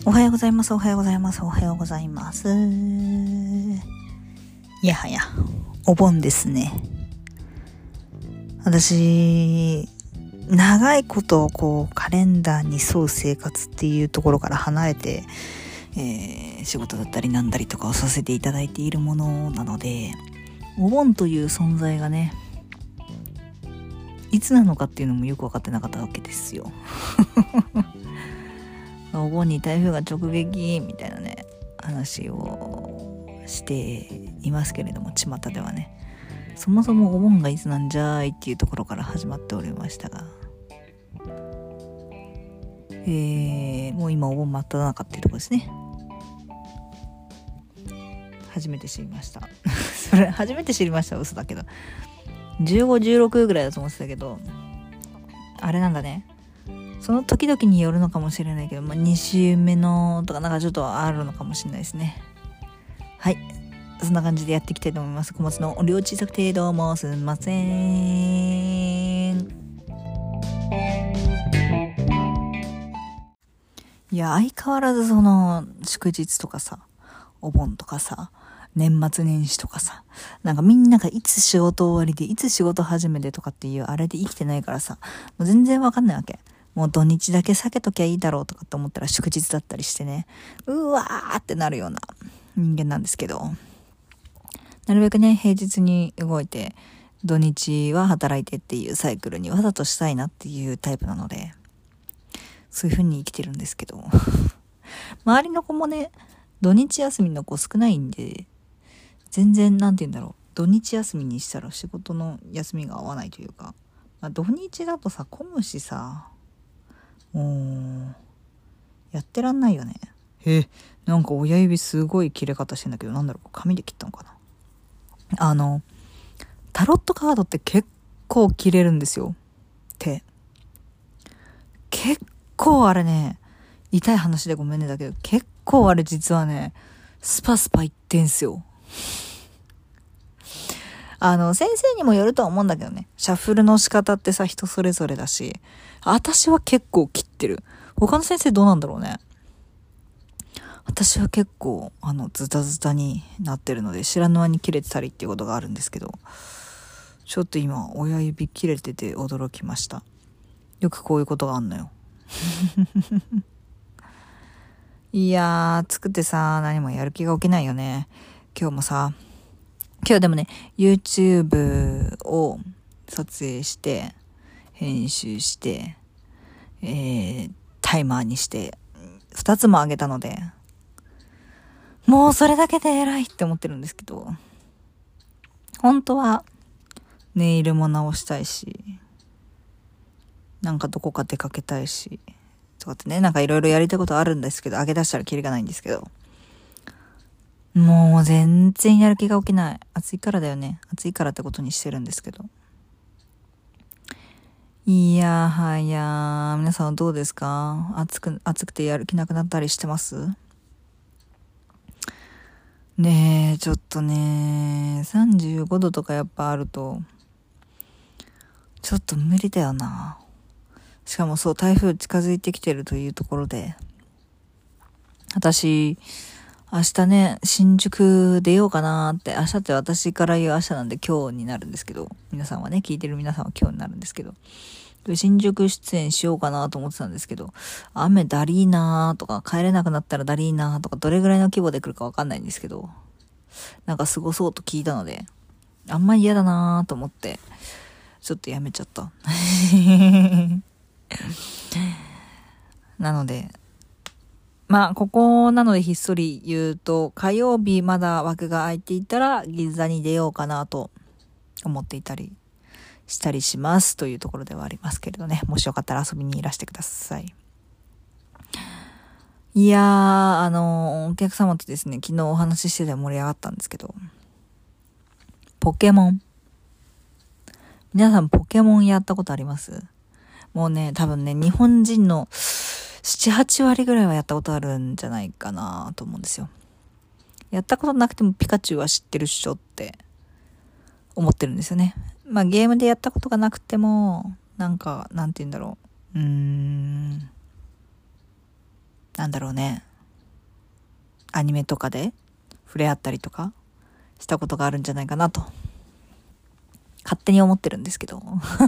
おはようございます。おはようございます。おはようございます。いやはや、お盆ですね。私、長いことカレンダーに沿う生活っていうところから離れて、仕事だったりなんだりとかをさせていただいているものなので、お盆という存在がね、いつなのかっていうのもよく分かってなかったわけですよ。お盆に台風が直撃みたいなね話をしていますけれども、巷ではね、そもそもお盆がいつなんじゃーいっていうところから始まっておりましたが、もう今お盆真っ只中っていうところですね。初めて知りましたそれ初めて知りました、嘘だけど。15、16ぐらいだと思ってたけど、あれなんだね。その時々によるのかもしれないけど、2週目のとかなんかちょっとあるのかもしれないですね。はい、そんな感じでやっていきたいと思います。小松のお量小さくてどうもすんません。いや、相変わらずその祝日とかさ、お盆とかさ、年末年始とかさ、なんかみんながいつ仕事終わりでいつ仕事始めでとかっていうあれで生きてないからさ、もう全然わかんないわけ。もう土日だけ避けときゃいいだろうとかって思ったら祝日だったりしてね、うわーってなるような人間なんですけど、なるべくね平日に動いて土日は働いてっていうサイクルにわざとしたいなっていうタイプなので、そういう風に生きてるんですけど周りの子もね土日休みの子少ないんで、全然なんて言うんだろう、土日休みにしたら仕事の休みが合わないというか、土日だとさ混むしさ、もうやってらんないよね。なんか親指すごい切れ方してんだけど、なんだろう、紙で切ったのかな。タロットカードって結構切れるんですよ。手結構あれね、痛い話でごめんねだけど、結構あれ実はねスパスパいってんすよ。先生にもよるとは思うんだけどね、シャッフルの仕方ってさ人それぞれだし、私は結構切ってる。他の先生どうなんだろうね。私は結構ズタズタになってるので、知らぬ間に切れてたりっていうことがあるんですけど、ちょっと今親指切れてて驚きました。よくこういうことがあんのよいやー暑くてさ何もやる気が起きないよね。今日でもね YouTube を撮影して編集して、タイマーにして2つも上げたので、もうそれだけで偉いって思ってるんですけど、本当はネイルも直したいし、なんかどこか出かけたいしとかってね、なんかいろいろやりたいことあるんですけど、上げ出したらキリがないんですけど、もう全然やる気が起きない。暑いからだよね。暑いからってことにしてるんですけど。いやはや、皆さんはどうですか？暑くてやる気なくなったりしてます？ねえ、ちょっとね、35度とかやっぱあるとちょっと無理だよな。しかもそう、台風近づいてきてるというところで、私明日ね新宿出ようかなって、明日って私から言う明日なんで今日になるんですけど、皆さんはね、聞いてる皆さんは今日になるんですけど、新宿出演しようかなと思ってたんですけど、雨だりーなーとか、帰れなくなったらだりーなーとか、どれぐらいの規模で来るかわかんないんですけど、なんか過ごそうと聞いたので、あんまり嫌だなーと思ってちょっとやめちゃったなのでここなのでひっそり言うと、火曜日まだ枠が空いていたら銀座に出ようかなと思っていたりしたりしますというところではありますけれどね、もしよかったら遊びにいらしてください。いやー、お客様とですね、昨日お話ししてて盛り上がったんですけど、ポケモン。皆さんポケモンやったことあります？もうね、多分ね、日本人の7、8割ぐらいはやったことあるんじゃないかなと思うんですよ。やったことなくてもピカチュウは知ってるっしょって思ってるんですよね。ゲームでやったことがなくても、なんて言うんだろう。なんだろうね。 アニメとかで触れ合ったりとかしたことがあるんじゃないかなと勝手に思ってるんですけど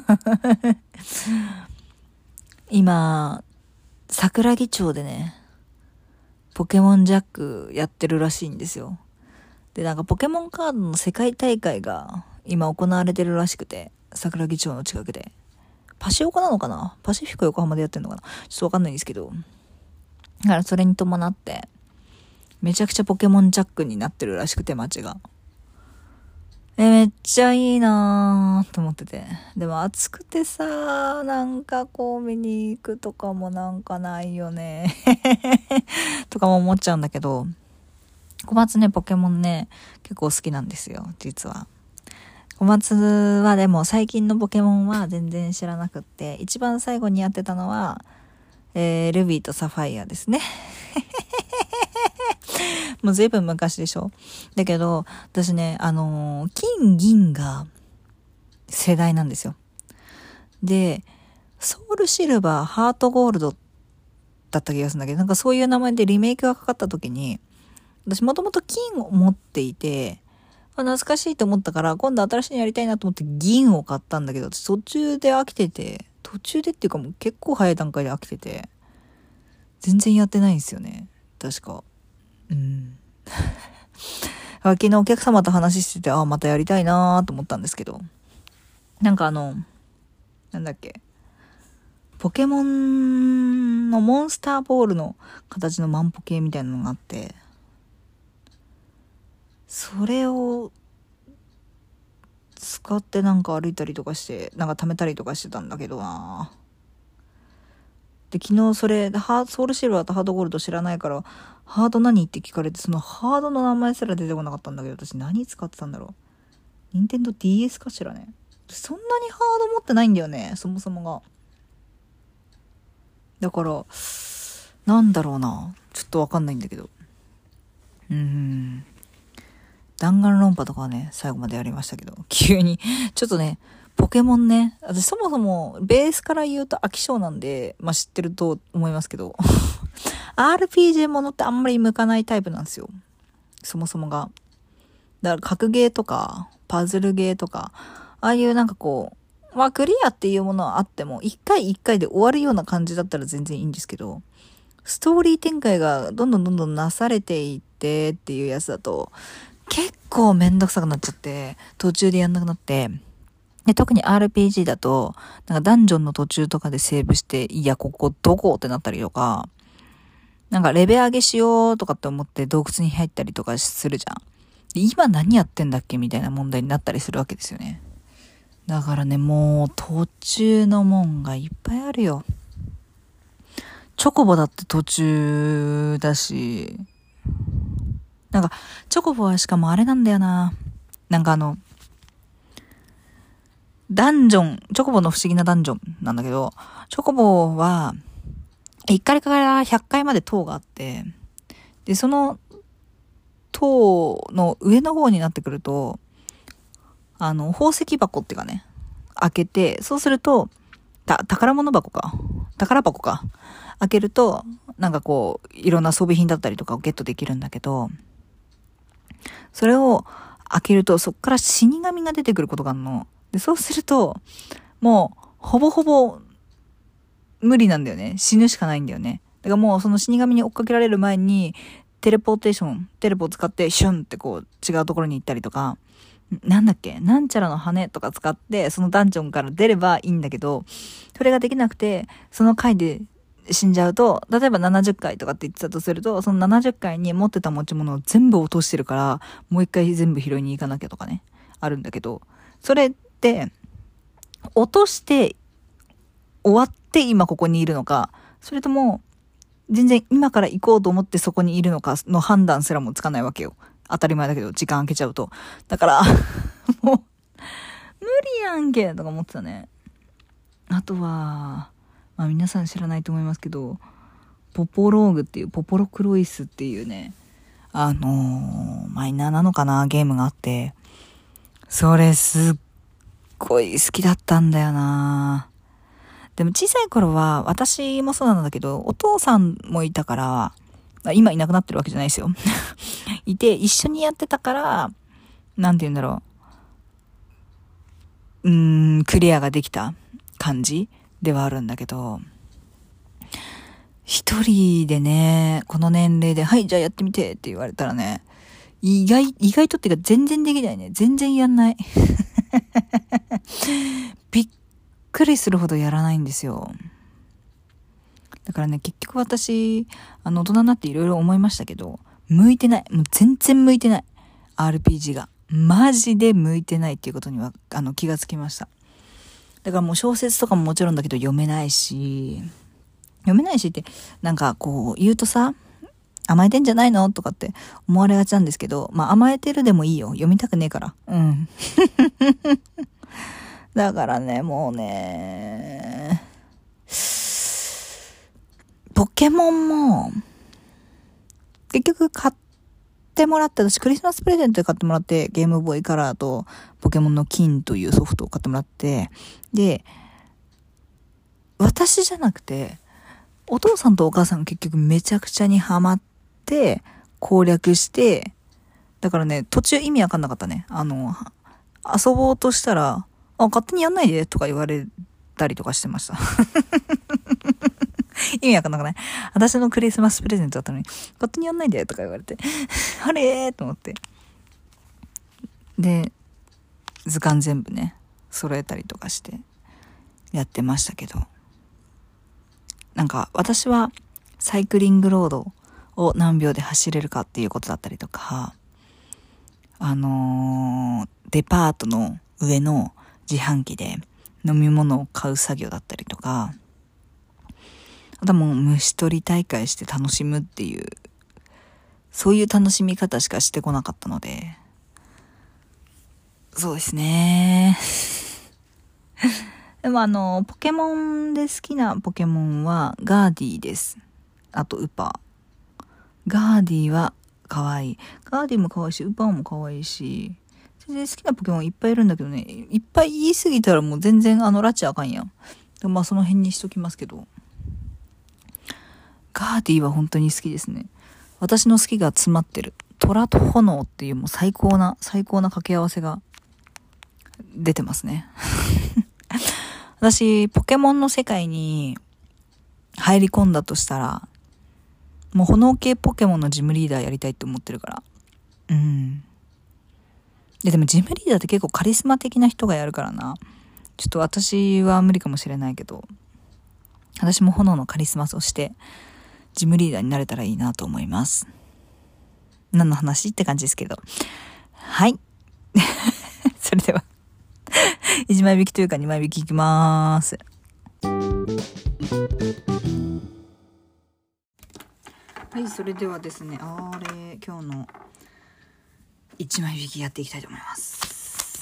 今桜木町でねポケモンジャックやってるらしいんですよ。でなんかポケモンカードの世界大会が今行われてるらしくて、桜木町の近くでパシオカなのかな、パシフィコ横浜でやってんのかな、ちょっとわかんないんですけど、だからそれに伴ってめちゃくちゃポケモンジャックになってるらしくて、街がめっちゃいいなーと思ってて、でも暑くてさ、なんかこう見に行くとかもなんかないよねとかも思っちゃうんだけど、小松ねポケモンね結構好きなんですよ実は。小松はでも最近のポケモンは全然知らなくって、一番最後にやってたのは、ルビーとサファイアですねもう随分昔でしょ。だけど私ね金銀が世代なんですよ。でソウルシルバーハートゴールドだった気がするんだけど、なんかそういう名前でリメイクがかかった時に、私もともと金を持っていて懐かしいと思ったから今度新しいのやりたいなと思って銀を買ったんだけど、私途中で飽きてて、途中でっていうかもう結構早い段階で飽きてて全然やってないんですよね確か。昨日お客様と話してて、またやりたいなと思ったんですけど、なんかなんだっけ、ポケモンのモンスターボールの形の万歩計みたいなのがあって、それを使ってなんか歩いたりとかしてなんか貯めたりとかしてたんだけどな。で昨日それソウルシルバーとハードゴールド知らないからハード何って聞かれて、そのハードの名前すら出てこなかったんだけど、私何使ってたんだろう。ニンテンドー DS かしらね。そんなにハード持ってないんだよねそもそもが。だからなんだろうな、ちょっとわかんないんだけど、弾丸論破とかはね最後までやりましたけど、急にちょっとねポケモンね、私そもそもベースから言うと飽き性なんで、知ってると思いますけどRPG ものってあんまり向かないタイプなんですよそもそもが。だから格ゲーとかパズルゲーとかああいうなんかこうクリアっていうものはあっても一回一回で終わるような感じだったら全然いいんですけど、ストーリー展開がどんどんなされていってっていうやつだと結構めんどくさくなっちゃって途中でやんなくなって、で特に RPG だとなんかダンジョンの途中とかでセーブして、いやここどこってなったりとか、なんかレベル上げしようとかって思って洞窟に入ったりとかするじゃん。で今何やってんだっけみたいな問題になったりするわけですよね。だからねもう途中のもんがいっぱいあるよ。チョコボだって途中だし、なんかチョコボはしかもあれなんだよな、なんかダンジョン、チョコボの不思議なダンジョンなんだけど、チョコボは1回から100回まで塔があって、でその塔の上の方になってくると宝石箱っていうかね開けて、そうすると宝箱か開けるとなんかこういろんな装備品だったりとかをゲットできるんだけど、それを開けるとそっから死神が出てくることがあるので、そうするともうほぼほぼ無理なんだよね、死ぬしかないんだよね。だからもうその死神に追っかけられる前にテレポを使ってシュンってこう違うところに行ったりとか、なんだっけ、なんちゃらの羽とか使ってそのダンジョンから出ればいいんだけど、それができなくてその回で死んじゃうと、例えば70回とかって言ってたとすると、その70回に持ってた持ち物を全部落としてるからもう一回全部拾いに行かなきゃとかねあるんだけど、それって落として終わって今ここにいるのか、それとも全然今から行こうと思ってそこにいるのかの判断すらもつかないわけよ。当たり前だけど時間空けちゃうと。だからもう無理やんけとか思ってたね。あとは皆さん知らないと思いますけど、ポポロクロイスっていうねマイナーなのかなゲームがあって、それすっごい好きだったんだよな。でも小さい頃は私もそうなんだけどお父さんもいたから今いなくなってるわけじゃないですよ。いて、一緒にやってたから、なんて言うんだろう。クリアができた感じではあるんだけど、一人でね、この年齢で、はい、じゃあやってみてって言われたらね、意外とっていうか全然できないね。全然やんない。びっくりするほどやらないんですよ。だからね、結局私、大人になっていろいろ思いましたけど、向いてない。もう全然向いてない。RPG が。マジで向いてないっていうことには、気がつきました。だからもう小説とかももちろんだけど読めないしって、なんかこう言うとさ、甘えてんじゃないのとかって思われがちなんですけど、まあ甘えてるでもいいよ。読みたくねえから。うん。だからね、もうね、ポケモンも、結局買ってもらって、私クリスマスプレゼントで買ってもらって、ゲームボーイカラーとポケモンの金というソフトを買ってもらって、で、私じゃなくて、お父さんとお母さんが結局めちゃくちゃにハマって、攻略して、だからね、途中意味わかんなかったね。遊ぼうとしたら、勝手にやんないでとか言われたりとかしてました。意味わかんなくない？私のクリスマスプレゼントだったのに、勝手にやんないでとか言われて、あれーと思って。で、図鑑全部ね、揃えたりとかしてやってましたけど、なんか私はサイクリングロードを何秒で走れるかっていうことだったりとか、デパートの上の自販機で飲み物を買う作業だったりとか、あとはもう虫取り大会して楽しむっていう、そういう楽しみ方しかしてこなかったので、そうですね。でもポケモンで好きなポケモンはガーディです。あとウパ。ガーディは可愛い。ガーディも可愛いし、ウパも可愛いし、全然好きなポケモンいっぱいいるんだけどね、いっぱい言い過ぎたらもう全然拉致あかんやん。でもまあその辺にしときますけど。ガーディは本当に好きですね。私の好きが詰まってる。虎と炎っていうもう最高な掛け合わせが出てますね。私、ポケモンの世界に入り込んだとしたら、もう炎系ポケモンのジムリーダーやりたいって思ってるから。うん。でもジムリーダーって結構カリスマ的な人がやるからな。ちょっと私は無理かもしれないけど、私も炎のカリスマをして、ジムリーダーになれたらいいなと思います。何の話って感じですけど。はい。それでは、1枚引きというか2枚引きいきまーす。はい、それではですね、今日の1枚引きやっていきたいと思います。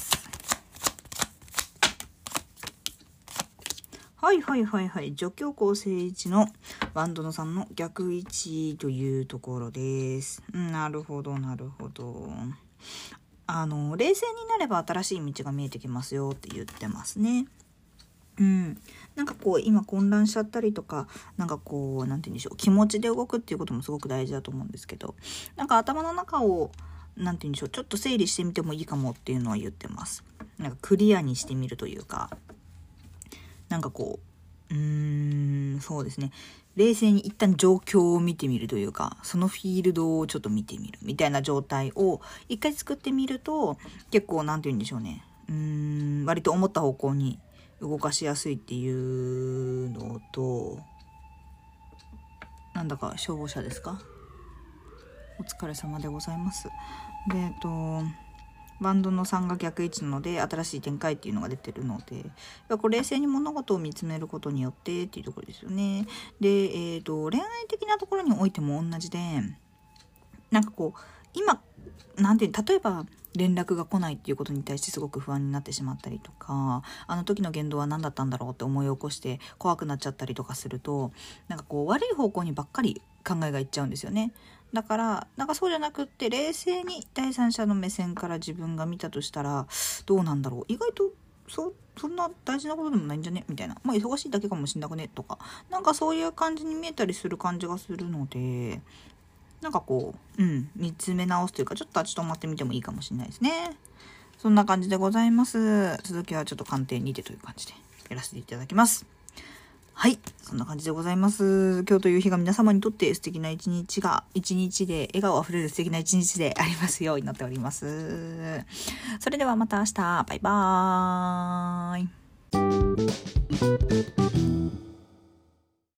はい。助教校正一のバンドのさんの逆位置というところです。なるほど。冷静になれば新しい道が見えてきますよって言ってますね。なんかこう今混乱しちゃったりとか、なんかこうなんて言うんでしょう、気持ちで動くっていうこともすごく大事だと思うんですけど、なんか頭の中をなんて言うんでしょう、ちょっと整理してみてもいいかもっていうのは言ってます。なんかクリアにしてみるというか、なんかこうそうですね、冷静に一旦状況を見てみるというか、そのフィールドをちょっと見てみるみたいな状態を一回作ってみると、結構なんて言うんでしょうね、割と思った方向に動かしやすいっていうのと、なんだか消防車ですか？お疲れ様でございます。で、バンドの3が逆位置なので新しい展開っていうのが出てるので、これ冷静に物事を見つめることによってっていうところですよね。で、恋愛的なところにおいても同じで、なんかこう今例えば連絡が来ないっていうことに対してすごく不安になってしまったりとか、あの時の言動は何だったんだろうって思い起こして怖くなっちゃったりとかすると、なんかこう悪い方向にばっかり考えがいっちゃうんですよね。だからなんかそうじゃなくって、冷静に第三者の目線から自分が見たとしたらどうなんだろう、意外とそんな大事なことでもないんじゃねみたいな、忙しいだけかもしんなくねとか、なんかそういう感じに見えたりする感じがするので、 なんかこう、見つめ直すというか、ちょっと立ち止まってみてもいいかもしれないですね。そんな感じでございます。続きはちょっと鑑定にてという感じでやらせていただきます。はい。そんな感じでございます。今日という日が皆様にとって素敵な一日で笑顔あふれる素敵な一日でありますようになっております。それではまた明日。バイバーイ。